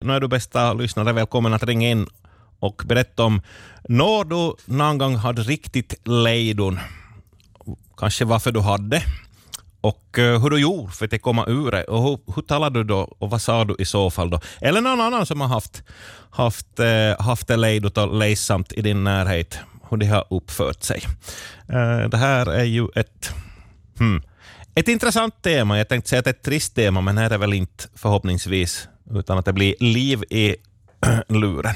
Nu är du bästa lyssnare välkommen att ringa in och berätta om när du någon gång hade riktigt lejdon. Kanske varför du hade och hur du gjorde för att komma ur det. Och hur talade du då och vad sa du i så fall då? Eller någon annan som har haft det lejdot och lejsamt i din närhet. Hur det har uppfört sig. Det här är ju ett intressant tema. Jag tänkte säga att det är ett trist tema, men här är det väl inte förhoppningsvis, utan att det blir liv i luren.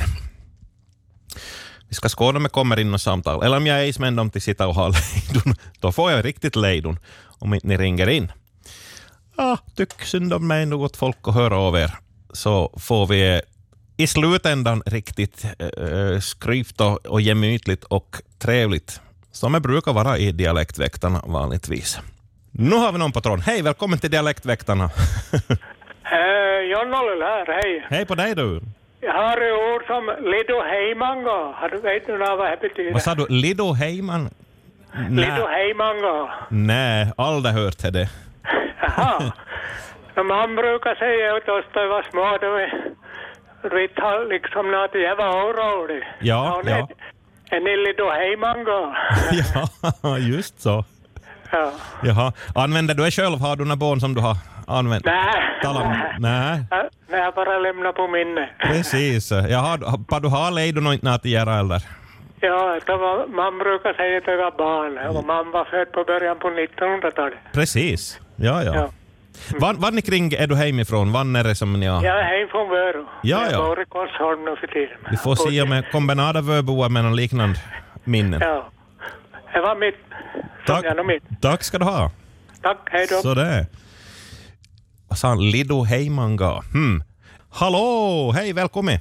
Vi ska skåda om jag kommer in och samtal. Eller om jag är ismänd om till sitta och ha lejdon. Då får jag riktigt lejdon om inte ni ringer in. Ja, tyck synd om mig något folk att höra av er. Så får vi i slutändan riktigt skryft och gemytligt och trevligt. Som det brukar vara i Dialektväktarna vanligtvis. Nu har vi någon på tråden. Hej, välkommen till Dialektväktarna. John Ollel här, hej. Hej på dig du. Jag har ett ord som lidoheimanga. Vet du vad det betyder? Vad sa du? Lidoheiman? Lidoheimanga. Nej, aldrig hört det. Jaha. Man brukar säga att oss var små då vi tar liksom något jävla orolig. Ja. En lidoheimanga. Ja, just så. Ja. Jaha. Använder du själv? Har du några barn som du har använt? Nej. Jag bara lämnar på minne. Precis. Jaha, du har lejdon och inte något att göra eller? Ja, man brukar säga att det var barn. Och man var född på början på 1900-talet. Precis. Ja. Var kring är du hemifrån? Var är det som ni har? Jag är hem från Vörå. Ja. Jag bor i Korsholm nu för tiden. Vi får se om jag kombinada Vörboa med någon liknande minnen. Ja. Det var mitt. Tack ska du ha. Tack, hej då. Så det. Vad sa han? Lidoheimanga. Hallå, hej, välkommen.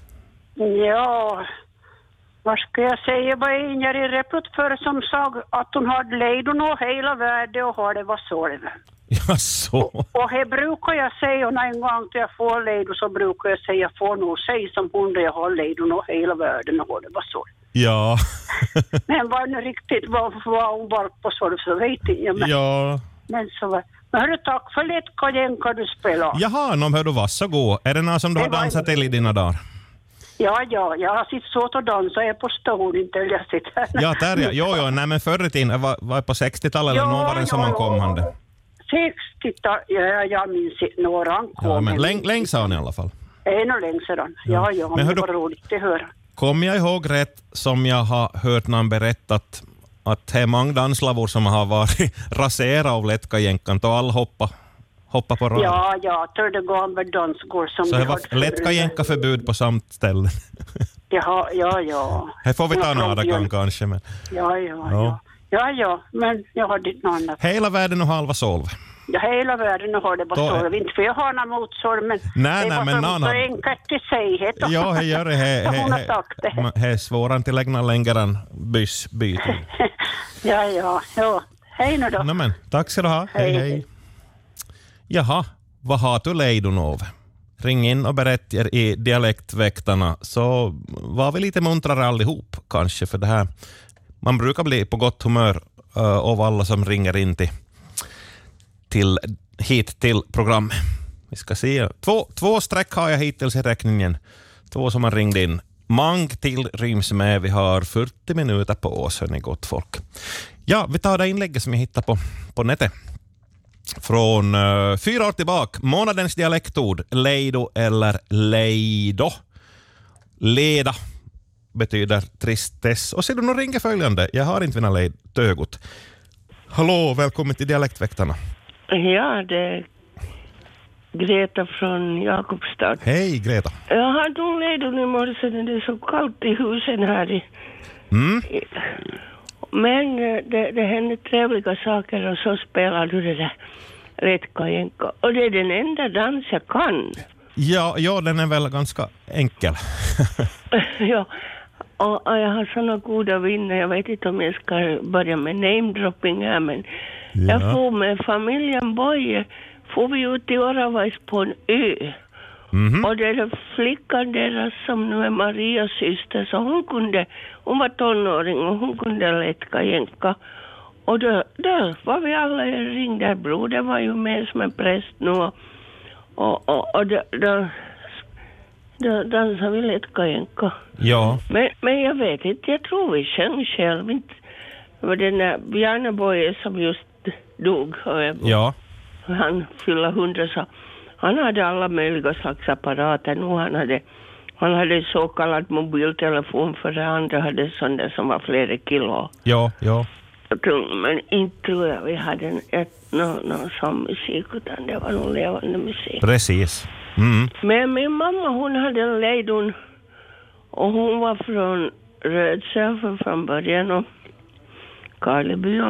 Ja, vad ska jag säga? Vad är en i reput för som sa att hon hade lejdon och hela världen och har det var solv. Ja, så. Och det brukar jag säga, och en gång till jag får lejdon så brukar jag säga, jag får nog säga som hon där jag har lejdon och hela världen och har det var solv. Ja. Men var det riktigt var hon bara på solv så vet jag. Ja. Men så var men hörru, tack för lite kajenka du spelar. Jaha, hör du varsågod. Är det någon som du har dansat till i dina dagar? Ja, jag har sitt så att dansa, jag är på stol, inte jag sitter här. Ja, där ja. Jo, nej men förr i tiden, var på 60-talet eller någon var den som man kom hande? 60-talet, jag minns några han kom. Ja, men länge sedan i alla fall. Ännu länge sedan, ja, men det var roligt att höra. Kom jag ihåg rätt som jag har hört någon berättat att det är många danslavor som har varit raserade av lättkajänkan och all hoppa på rad. Ja, tror det går med dansgård som så det var lättkajänka-förbud på samt ställe. Ja. Här får vi ta några gång kanske. Men... Ja, men jag har inte något annat. Hela världen och halva solv. Ja, hela världen har det bara solv. Inte för jag har någon motsolv, men nej, det var men så enkelt till sig. Ja, det gör det. Det är svårare till lägna längre än byten. Ja. Hej nu då. Men, tack ska du ha. Hej. Jaha, vad har du lejdon av? Ring in och berätta er i Dialektväktarna så var vi lite muntrare allihop kanske för det här. Man brukar bli på gott humör av alla som ringer in hit till programmet. Vi ska se. Två streck har jag hittills i räkningen. 2 som har ringt in. Mång till ryms med. Vi har 40 minuter på oss, hörni gott folk. Ja, vi tar det inlägget som jag hittar på nätet. Från 4 år tillbaka. Månadens dialektord. Leido eller leido. Leda betyder tristess. Och så du nog ringer följande. Jag har inte vinna tögot. Hallå, välkommen till Dialektväktarna. Ja, det är Greta från Jakobstad. Hej Greta. Jag har nog lejdon i morse när det är så kallt i husen här. Men det händer trevliga saker och så spelar du det där lättkajänka. Och det är den enda dans jag kan. Ja, den är väl ganska enkel. Ja, och jag har såna goda vänner. Jag vet inte om jag ska börja med namedropping här, men jag får med familjen Boye får vi ut i Oravais på en ö. Och det är flickan deras som nu är Marias syster, så hon var tonåring och hon kunde lättkajänka. Och då var vi alla ringde. Broder var ju med som en präst nu. Och då Då dansade vi lättkajänka. Ja. Men jag vet inte, jag tror vi sjöng själv inte. Det var den där Bjarne Boye som just dog. Ja. Han fyllde 100 så han hade alla möjliga slags apparater. Nu han hade så kallad mobiltelefon för det andra hade sån där som var flera kilo. Ja. Men inte tror jag vi hade någon sån musik utan det var någon levande musik. Precis. Mm. Men min mamma hon hade en lejdon och hon var från Rödsö från början och Karleby.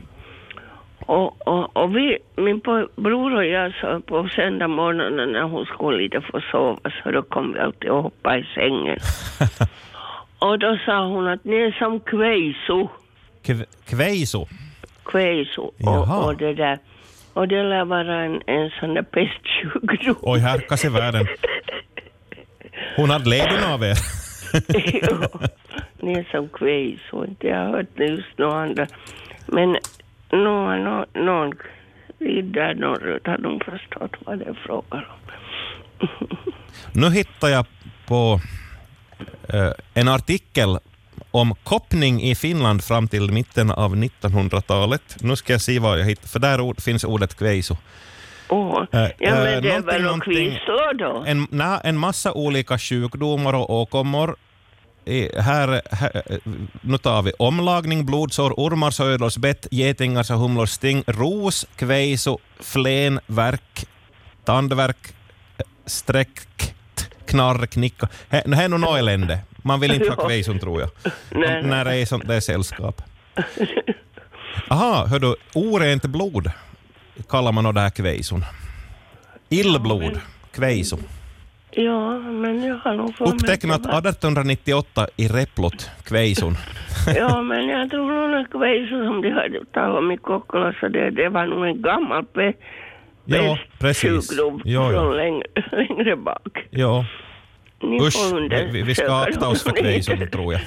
Och vi, min bror och jag så på söndag morgonen när hon skulle lite få sova så då kom vi alltid och hoppade i sängen. Och då sa hon att ni är som kvejso. Kvejso? Kvejso. Och det där. Och det lär vara en sån där pestsjukdom. Oj, härkas i världen. Hon hade lejdon av er. Jo, ni är som kvejso. Inte jag har hört just några andra. Men någon där norrut har de förstått vad det är frågan om. Nu hittar jag på en artikel om koppning i Finland fram till mitten av 1900-talet. Nu ska jag se vad jag hittar, för där finns ordet kvejso. Ja, men det är väl någon kvisslår då? En massa olika sjukdomar och åkommor. Här, nu tar vi omlagning, blodsår, ormars, ödlors, bett, getingars och humlors sting, ros, kvejso, flän, värk, tandvärk, sträck, knarr, knicka. Det här är nog elände. Man vill inte ha kvejson, tror jag. Nej. När det är sånt där sällskap. Aha, hör du, orent blod kallar man det här kvejson. Illblod, kvejso. Ja, men jag har nog upptecknat 1898 i Replot, kvejson. Ja, men jag tror nog att kvejson som de hade talat om i Kokkola så det var nog en gammal pestsjukdom från längre bak. Ja. Usch, vi ska akta oss för kvejson, tror jag.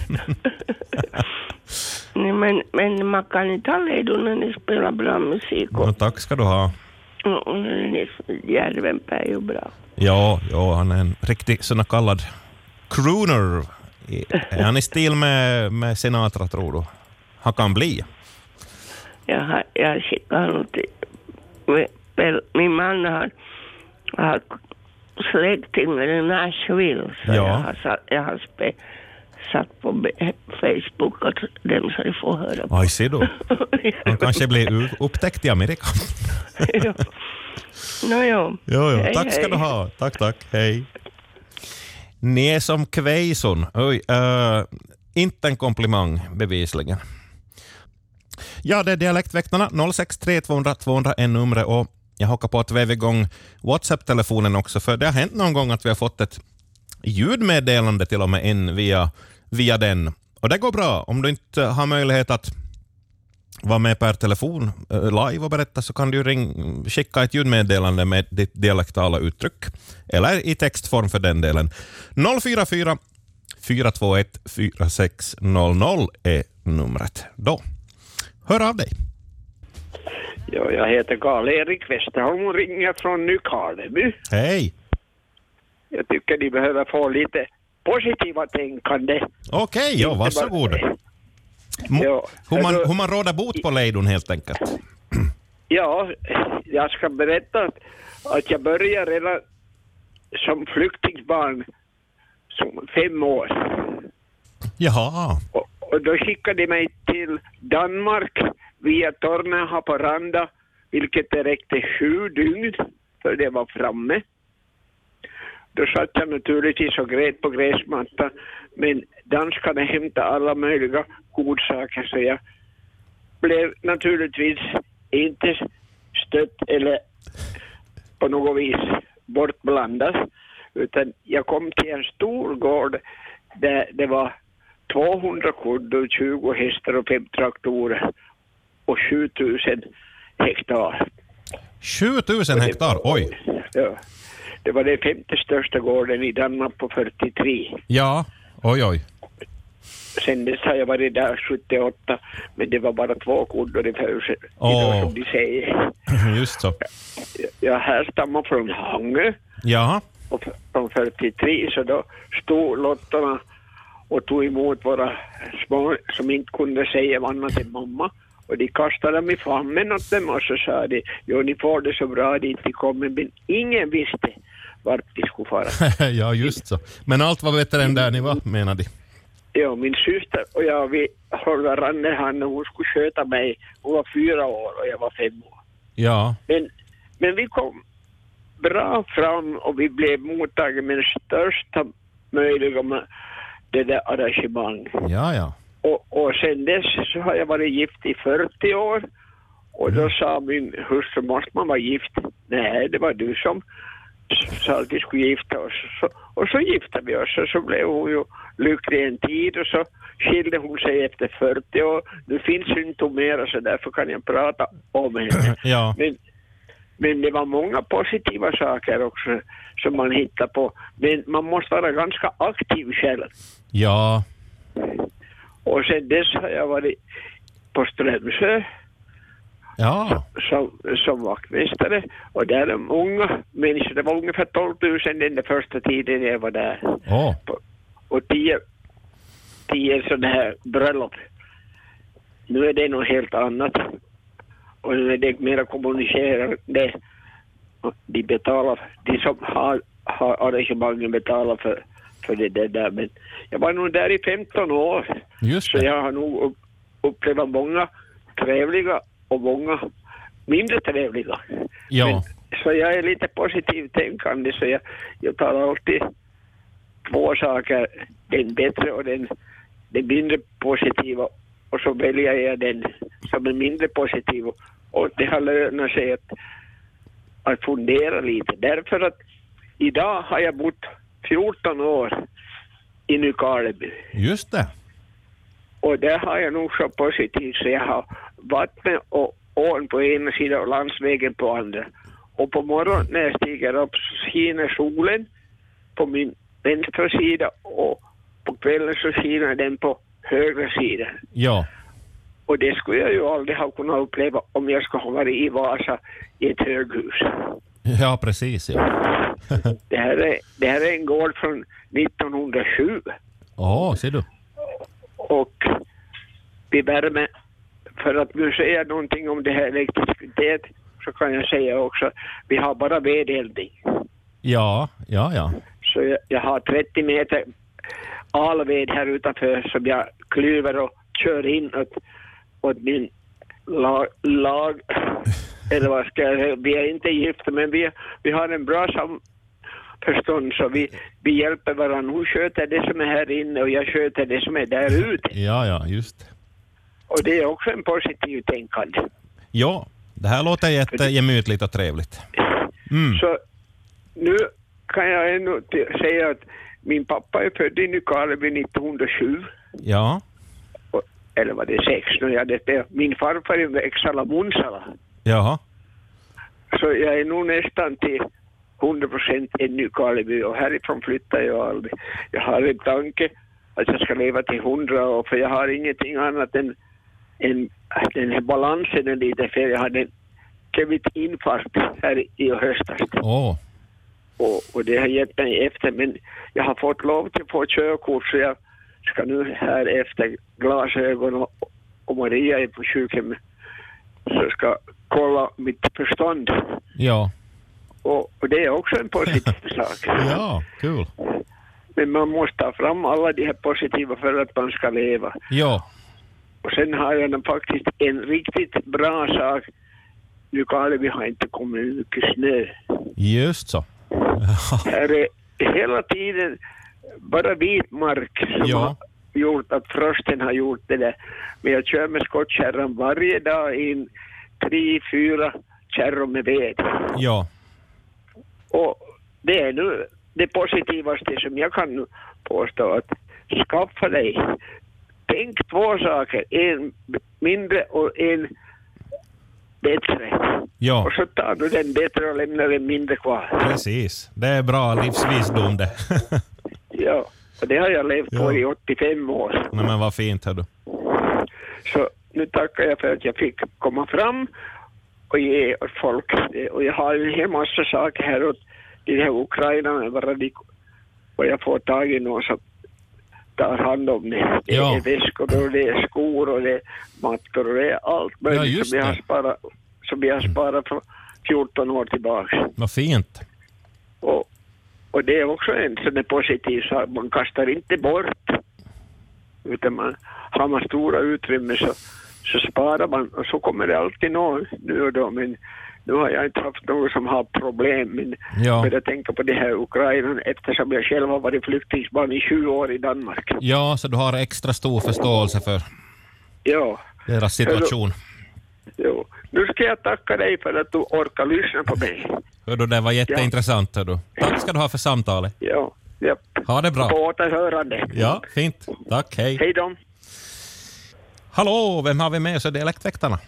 Nej, men man kan inte ha lejdon när ni spelar bra musik. Tack ska du ha. Och Järvenpää är ju bra. Ja, han är en riktig sån kallad crooner. Är han i stil med Sinatra, tror du? Han kan bli. Jag skickar honom till... Min man har släktingar i Nashville. Så jag har satt på Facebook att dem ska få höra på. Aj, ser du. Han kanske blir upptäckt i Amerika. Ja. Jo. Hej, tack ska du ha. Tack. Hej. Ni är som kvejson. Oj, inte en komplimang bevisligen. Ja, det är Dialektväktarna. 063 200 200 är numret och jag hockar på att vi är igång WhatsApp-telefonen också, för det har hänt någon gång att vi har fått ett ljudmeddelande till och med in via den. Och det går bra. Om du inte har möjlighet att vara med per telefon live och berätta så kan du skicka ett ljudmeddelande med ditt dialektala uttryck. Eller i textform för den delen. 044 421 4600 är numret. Då. Hör av dig. Ja, jag heter Karl-Erik Westerholm och ringer från Nykarleby. Hej. Jag tycker ni behöver få lite positiva tänkande. Okej, ja, varsågod. Hur man råder bot på lejdon helt enkelt. Ja, jag ska berätta att jag började redan som flyktingbarn som 5 år. Jaha. Och då skickade de mig till Danmark via Torne-Haparanda, vilket det räckte 7 dygn för det var framme. Då satt jag naturligtvis och grät på gräsmattan, men danskarna hämtade alla möjliga godsaker så jag blev naturligtvis inte stött eller på något vis bortblandad, utan jag kom till en stor gård där det var 200 kuddor, 20 hästar och 5 traktorer och 7000 hektar. 7000 hektar? Oj! Ja. Det var den 50 största gården i Danmark på 43. Ja, oj. Sen dess har jag varit där 78, men det var bara 2 kuddor i huset. Idag som de säger. Just så. Jag härstammar från Hangö. Ja. och från 43 så då stod lottorna och tog emot våra små som inte kunde säga annat till mamma. Och de kastade dem i famnen åt dem och så sa de, jo ni får det så bra dit vi kommer, men ingen visste vart de skulle fara. Ja, just så. Men allt var bättre än där ni var, menar de? Ja, min syster och jag, vi höll varandra hand och hon skulle sköta mig. Hon var 4 år och jag var 5 år. Ja. Men vi kom bra fram och vi blev mottagna med största möjliga med det där arrangemang. Ja. Och sen dess så har jag varit gift i 40 år. Och då sa min hustru, måste man vara gift? Nej, det var du som sa att vi skulle gifta oss. Och så gifte vi oss och så blev hon ju lycklig en tid och så skilde hon sig efter 40 år. Nu finns hon inte mer så därför kan jag prata om henne. Ja. Men det var många positiva saker också som man hittar på. Men man måste vara ganska aktiv själv. Ja. Och sen dess har jag varit på Strömsö som vaktmästare. Och där är de unga människor. Det var ungefär 12 000 den första tiden jag var där. Och 10 sådana här bröllop. Nu är det något helt annat. Och nu är det mer kommunicerande. De betalar, de som har arrangemangen betalar för det där. Men jag var nog där i 15 år. Just det. Så jag har nog upplevt många trevliga och många mindre trevliga. Ja. Men, så jag är lite positivt tänkande så jag tar alltid 2 saker. Den bättre och den mindre positiva. Och så väljer jag den som är mindre positiv. Och det har lönat sig att fundera lite. Därför att idag har jag bott 14 år i Nykarleby. Just det. Och där har jag nog så positivt så jag har vattnet och ån på ena sidan och landsvägen på andra. Och på morgonen när jag stiger upp så skiner solen på min vänstra sida och på kvällen så skiner den på högra sidan. Ja. Och det skulle jag ju aldrig ha kunnat uppleva om jag skulle ha varit i Vasa i ett höghus. Ja, precis. Ja. Det här är en gård från 1907. Ser du. Och vi värmer, för att nu säga någonting om det här elektricitet så kan jag säga också, vi har bara vedeldning. Ja. Så jag har 30 meter alved här utanför som jag klyver och kör in åt min lag eller vad ska jag säga, vi är inte gifta men vi har en bra samförstånd så vi hjälper varandra. Hon sköter det som är här inne och jag sköter det som är där ute. Ja, just. Och det är också en positiv tänkande. Ja, det här låter jättegemytligt och trevligt. Mm. Så nu kan jag ändå säga att min pappa är född i Nykarleby 1907. Ja. Eller var det 6 nu? Min farfar är Växala Munsala. Jaha. Så jag är nog nästan till 100% i Nykarleby och härifrån flyttar jag aldrig. Jag har en tanke att jag ska leva till 100 år för jag har ingenting annat än den här balansen lite för jag hade kommit infarkt här i höstas. Och det har gett mig efter men jag har fått lov till att få körkort så jag ska nu här efter glasögon och Maria är på sjukhem så ska kolla mitt förstånd. Ja. Och det är också en positiv sak. Ja, kul. Men man måste ta fram alla de här positiva för att man ska leva. Ja. Och sen har jag faktiskt en riktigt bra sak. Nu kan vi har inte kommit mycket snö. Just så. Här är hela tiden bara vit mark som har gjort att frosten har gjort det där. Men jag kör med skottkärran varje dag in 3-4 kärror med ved. Ja. Och det är nu det positivaste som jag kan påstå att skaffa dig. Tänk 2 saker. En mindre och en bättre. Ja. Och så tar du den bättre och lämnar den mindre kvar. Precis. Det är bra livsvisdom det. Ja, och det har jag levt på i 85 år. Nej, men vad fint, hör du. Så nu tackar jag för att jag fick komma fram och ge åt folk. Och jag har en hel massa saker här att i det här Ukraina bara de och jag får tag i någon som tar hand om det. Det är väskor och det är skor och det är mattor och det är allt möjligt som vi har sparat för 14 år tillbaka. Vad fint. Och det är också en sån positiv sak. Man kastar inte bort. Utan har man stora utrymme så sparar man. Och så kommer det alltid någon nu och då. Men nu har jag inte haft någon som har problem. Men jag börjar tänka på det här Ukraina eftersom jag själv har varit flyktingsbarn i 20 år i Danmark. Ja, så du har extra stor förståelse för deras situation. Jo. Nu ska jag tacka dig för att du orkar lyssna på mig. Det var jätteintressant. Ja. Tack ska du ha för samtalet. Ja. Ha det bra. På återhörande. Ja, fint. Tack, hej. Hej då. Hallå, vem har vi med så Dialektväktarna?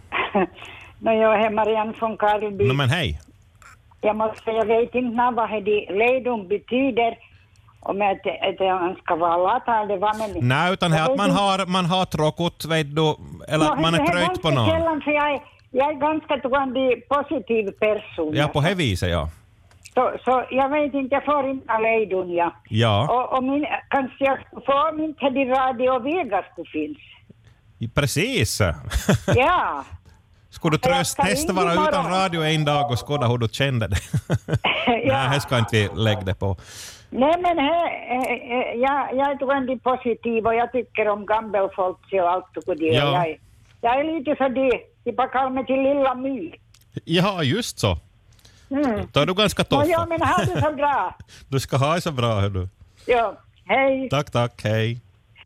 Jag är Marianne från Karlby. Men hej. Jag vet inte vad det lejdon betyder. Om att man ska vara latal, det var men... Nej, utan att man har tråkigt, vet du, eller man är trött på någon. För jag är ganska positiv person. Ja, på det viset, ja. Så jag vet inte, jag får inte lejdon, ja. Och kanske jag får inte de radio och Vegas finns. Precis. Ja. Skulle du testa vara utan radio en dag och skåda hur du kände det? Nej, här ska inte vi lägga det på. Nej, men jag tror att det är positiv och jag tycker om gammelfolk och allt och det. Ja. Jag är lite för det. Jag bara kallar mig till Lilla My. Ja, just så. Då är du ganska toffa. Ja, men ha det så bra. Du ska ha det så bra, hör du. Ja, hej. Tack, hej.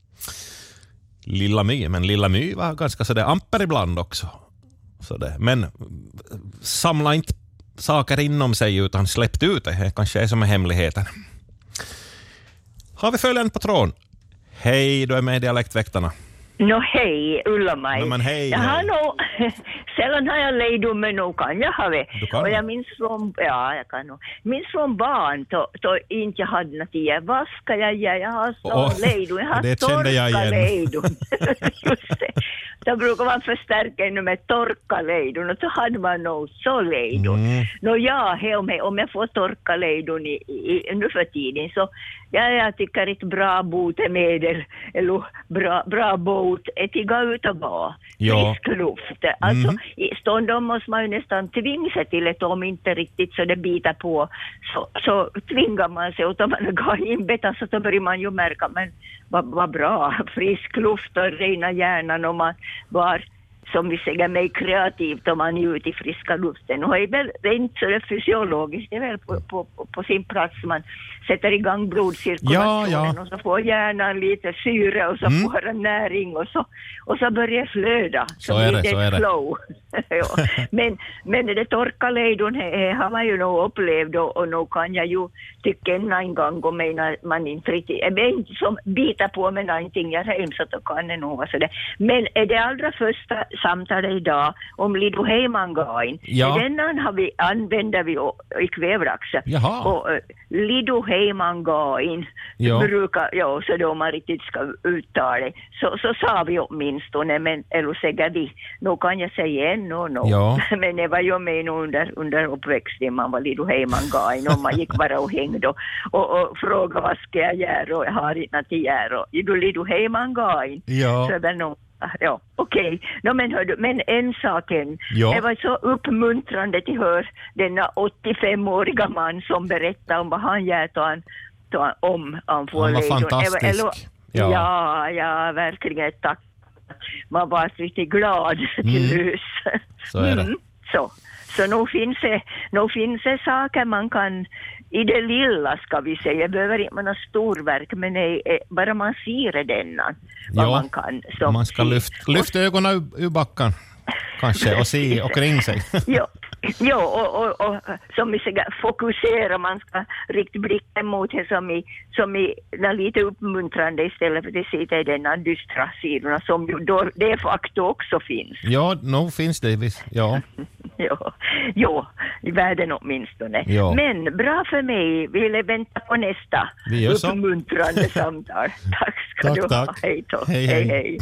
Lilla My, men Lilla My var ganska sådär amper ibland också. Sådär. Men samla inte saker inom sig utan släppt ut det. Kanske är som är hemligheten. Har vi följande på tråden? Hej, du är med i Dialektväktarna. Hej, Ulla-Maj. Men hej. Jag har nog, sällan har jag lejdom, men nog kan jag ha det. Och jag minns från barn, då inte jag hade något i. Vad ska jag göra? Jag har sån lejdom. Jag har torka lejdom. Just det. Då brukar man förstärka ännu med torka lejdon och så hade man nog så lejdon. Om jag får torka lejdon nu för tiden så jag tycker ett bra botemedel eller bra bot är att gå ut och vara. Frisk luft. Alltså i stundom måste man ju nästan tvinga sig till det om inte riktigt så det biter på så tvingar man sig och om man går inbetad så då börjar man ju märka men vad bra, frisk luft och rena hjärnan och man var som vi säger mer kreativt om man är ute i friska luften. Och det är väl rent så det fysiologiskt, det är väl på sin plats man sätter igång blodcirkulationen och så får hjärnan lite syre och så får den näring och så börjar flöda. Så är det. Flow. Men det torka lejdon har man ju nog upplevt och nu kan jag ju tycka en gång om man inte riktigt är inte som bitar på med någonting jag hemskt att kan det nog vara så det. Men är det allra första samtalet idag om Lido Heimangain. Denna använder vi i kvävlax. Och Lido Heimangain brukar, så då man riktigt ska uttala det. Så sa vi åtminstone, men eller säger vi, nu kan jag säga ännu. Men det var ju med under uppväxten, man var Lido Heimangain och man gick bara och hängde och frågade vad ska jag göra och jag har inte att göra. Och Lido Heimangain. Så är det nog. Ja, okej. Men en sak det var så uppmuntrande till hör denna 85-åriga man som berättade om vad han gör om han får lejdon. Han var fantastisk. Ja, verkligen tack. Man var riktigt glad till hus. Så är det. Så nog finns det saker man kan i det lilla ska vi säga. Jag behöver inte något storverk men bara man ser denna vad man kan. Man ska lyfta ögonen ur backen kanske och se omkring sig. Och som vi säger fokusera, man ska riktigt blicka mot det som är lite uppmuntrande istället för att sitta i denna dystra sidorna som ju då de facto också finns. Ja, nog finns det visst. I världen åtminstone. Men bra för mig, vill jag vänta på nästa uppmuntrande samtal. Tack ska du ha. Hej då. Hej.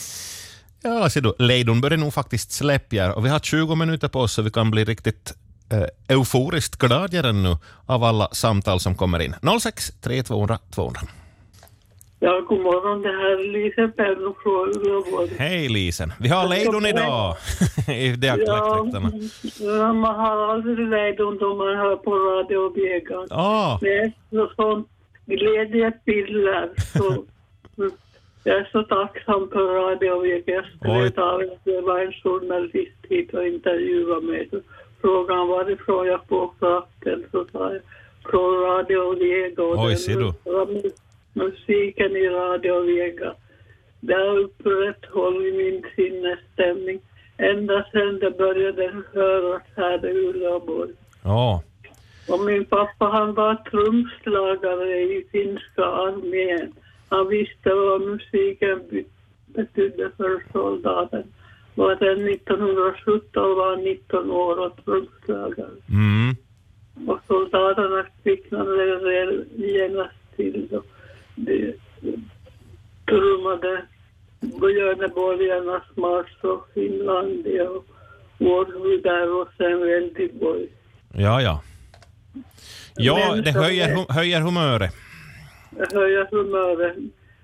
Ja, ser du, lejdon börjar nog faktiskt släppa och vi har 20 minuter på oss så vi kan bli riktigt euforiskt glädjare nu av alla samtal som kommer in. 06 300 200. Ja, god morgon. Det här är Lisen Perno från Ullaborg. Hej Lisen. Vi har lejdon idag i dialektväktarna. Ja, man har aldrig lejdon då man hör på Radio Vegan. Det är så sånt glädjepiller. Så, jag är så tacksam för Radio Vegan. Jag skulle ta att det var en journalist hit och intervjua mig. Så frågan varifrån jag får frakten, så sa jag från Radio Vegan. Oj, ser du. Musiken i Radio Vega. Det har upprätthållit min sinnesstämning ända sedan det började höras här i Ullaborg. Ja. Och min pappa, han var trumslagare i finska armén. Han visste vad musiken betydde för soldaten. Var den 1917 var 19 år och trumslagare. Mm. Och soldaterna kvicknade genast till då. Det trummade Björneborgarnas marsch och Finlandia och Århudar och sen Väldiborg. Ja, det höjer humöret. Höjer humöret.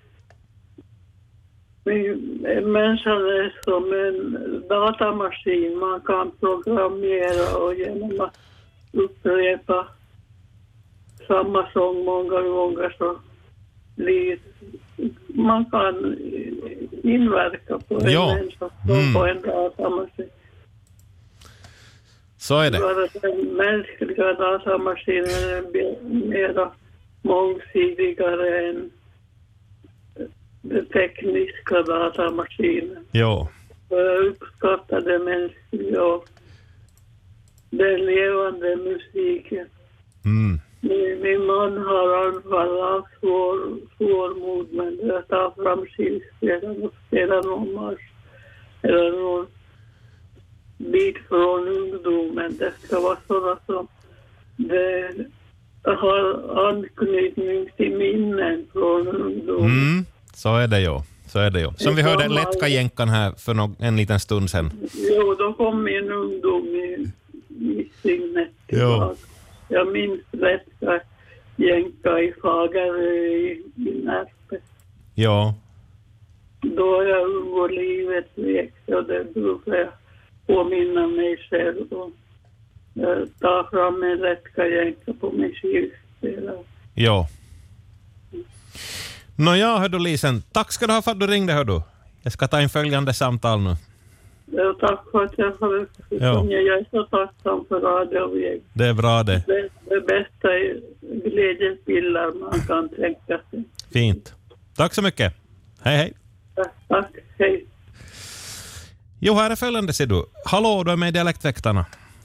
Människan är som en datamaskin. Man kan programmera och genom att upprepa samma sång många gånger så man kan inverka på en människa på en datamaskin. Så är det. Den mänskliga datamaskinen är mer mångsidigare än den tekniska datamaskinen. Ja. Jag uppskattar det mänskliga och den levande musiken. Mm. Min man har anfall av svårmod, men jag tar fram skivspelaren och spelar någon marsch eller någon bit från ungdomen. Det ska vara sådana som det har anknytning till minnen från ungdomen. Mm, så är det ju. Som vi hörde Letkajänkan här för en liten stund sedan. Jo, då kom min ungdom i sinnet tillbaka. Jag minns Letkajänka i Fagerö i Närpe. Ja. Då jag ung och livet lekte och det brukar jag påminna mig själv och ta fram en Letkajänka på min skivspelare. Ja. Nåja, hör du Lisen, tack ska du ha för att du ringde, hör du. Jag ska ta in följande samtal nu. Ja, tack för att jag har sjungit. Jag är så tacksam för radioväg. Det är bra det. Det bästa är glädjepiller man kan tänka sig. Fint. Tack så mycket. Hej. Tack, hej. Jo, här är följande, ser du. Hallå, du är med i Dialektväktarna.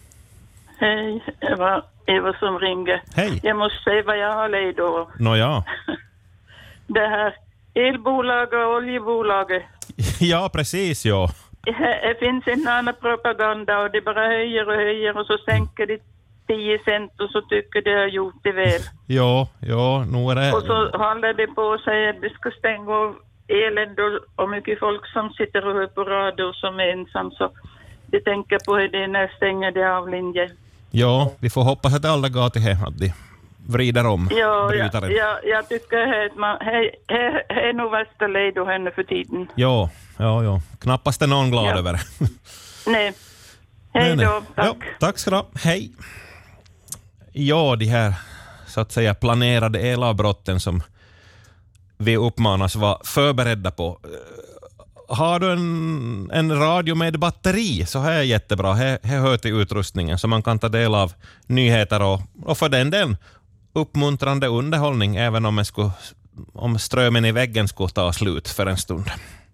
Hej, Eva som ringer. Hej. Jag måste säga vad jag har lejt då. Nåja. Det här elbolaget och oljebolaget. Ja, precis, ja. Det finns en annan propaganda och det bara höjer och så sänker det 10 cent och så tycker det har gjort det väl. Ja, nu är det... Och så håller det på att säga att det ska stänga av elen och mycket folk som sitter och hör på radio som är ensam, så de tänker på hur det är när stänger det av linjen. Ja, vi får hoppas att alla går till hem, att de vrider om brytaren. Jag tycker att man är nog värsta led och henne för tiden. Ja. Knappast är någon glad över. Nej. Hej då, tack. Ja, tack ska du ha. Hej. Ja, de här så att säga planerade elavbrotten som vi uppmanas vara förberedda på. Har du en radio med batteri så här är jättebra. Här hör till utrustningen så man kan ta del av nyheter och för den delen uppmuntrande underhållning även om strömmen i väggen skulle ta slut för en stund.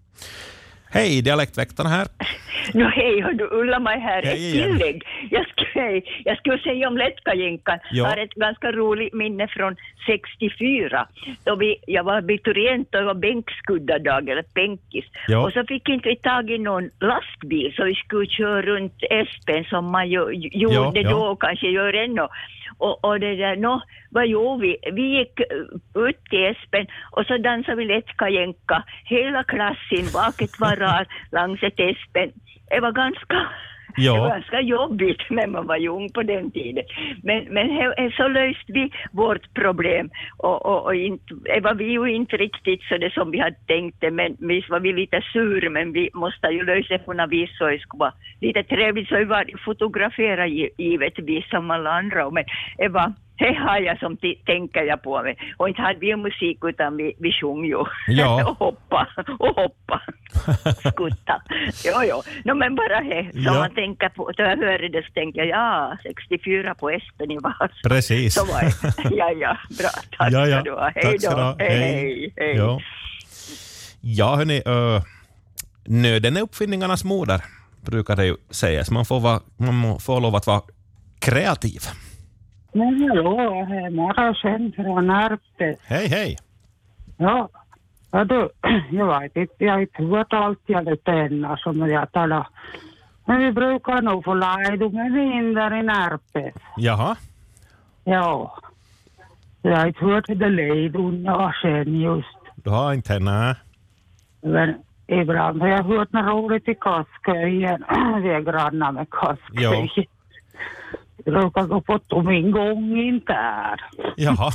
Hej, Dialektväktarna här. Hej, hör du Ulla-Maj här. Ett tillägg. Jag skulle säga om Letkajänkan. Jag har ett ganska roligt minne från 64. Då jag var abiturient och var bänkskuddad eller bänkis. Ja. Och så fick inte vi tag i någon lastbil så vi skulle köra runt Espen som man gjorde då och kanske gör ännu. Och det där, vad gjorde vi? Vi gick ut till Espen och så dansade vi Letkajänka. Hela klassen, vaket var rar längs ett Espen. Det var ganska Det var ganska jobbigt när man var ung på den tiden. Men så löste vi vårt problem. Och inte, var vi ju inte riktigt så det som vi hade tänkt det. Men visst var vi lite sur, men vi måste ju lösa det på något vis så det skulle vara lite trevligt. Så vi var fotografera givetvis som alla andra. Men det har jag som tänker jag på mig. Och inte hade vi musik utan vi sjöng ju. Ja. och hoppa. Skutta. Jo. Men bara som man tänker på. Då jag hörde det så tänkte jag 64 på Espen i Vasa. Precis. Så var det. Ja, bra. Tack ska du ha. Hej då. Hej. Ja, hörni, nöden är uppfinningarnas moder, brukar det ju sägas. Man får lov att vara kreativ. Men hallå, hemma sen från Närpes. Hej. Ja, du, jag vet inte, jag har inte hört allt jag vet ännu som jag talar. Men vi brukar nog få lejdungen in där i Närpes. Jaha. Ja, jag har inte hört det lejdun jag sen just. Du har inte henne? Men ibland har jag hört något roligt i Kasköjen. Vi är grannar med Kasköjen. Ja. Jag råkar gå på min gång inte här. Jaha.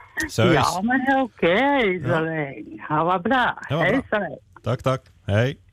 Ja, men okej så länge. Ja, vad bra. Hej så länge. Tack. Hej.